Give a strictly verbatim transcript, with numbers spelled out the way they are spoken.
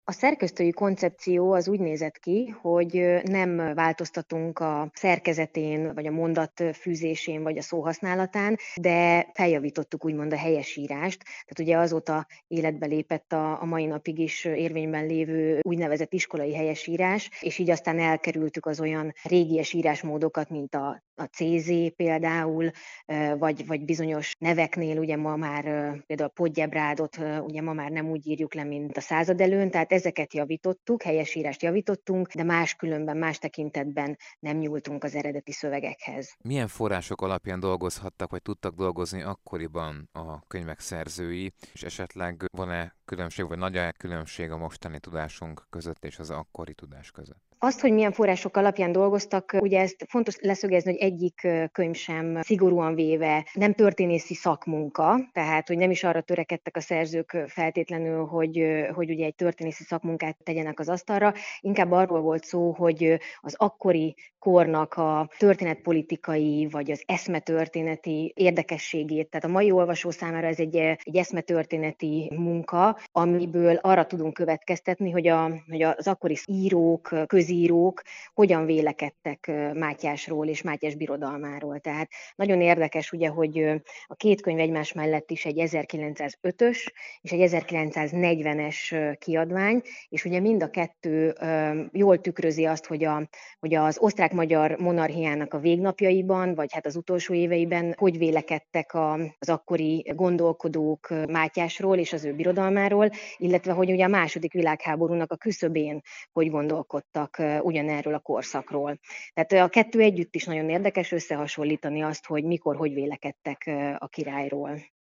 A szerkesztői koncepció az úgy nézett ki, hogy nem változtatunk a szerkezetén, vagy a mondatfűzésén, vagy a szóhasználatán, de feljavítottuk úgymond a helyesírást. Tehát ugye azóta életbe lépett a, a mai napig is érvényben lévő úgynevezett iskolai helyesírás, és így aztán elkerültük az olyan régies írásmódokat, mint a, a cé zé például, vagy, vagy bizonyos neveknél, ugye ma már például a Podgyebrádot, ugye ma már nem úgy írjuk le, mint a század előn, tehát ezeket javítottuk, helyesírást javítottunk, de máskülönben, más tekintetben nem nyúltunk az eredeti szövegekhez. Milyen források alapján dolgozhattak, vagy tudtak dolgozni akkoriban a könyvek szerzői, és esetleg van-e különbség, vagy nagy-e különbség a mostani tudásunk között és az akkori tudás között? Azt, hogy milyen források alapján dolgoztak, ugye ezt fontos leszögezni, hogy egyik könyv sem szigorúan véve nem történészi szakmunka, tehát hogy nem is arra törekedtek a szerzők feltétlenül, hogy, hogy ugye egy történészi szakmunkát tegyenek az asztalra, inkább arról volt szó, hogy az akkori kornak a történetpolitikai vagy az eszmetörténeti érdekességét, tehát a mai olvasó számára ez egy, egy eszmetörténeti munka, amiből arra tudunk következtetni, hogy, a, hogy az akkori írók, közírók hogyan vélekedtek Mátyásról és Mátyás birodalmáról. Tehát nagyon érdekes ugye, hogy a két könyv egymás mellett is egy ezerkilencszázötös és egy ezerkilencszáznegyvenes kiadvány, és ugye mind a kettő jól tükrözi azt, hogy, a, hogy az osztrák-magyar monarchiának a végnapjaiban, vagy hát az utolsó éveiben hogy vélekedtek a, az akkori gondolkodók Mátyásról és az ő birodalmáról, illetve hogy ugye a második világháborúnak a küszöbén hogy gondolkodtak ugyanerről a korszakról. Tehát a kettő együtt is nagyon érdekes összehasonlítani azt, hogy mikor, hogy vélekedtek a királyról.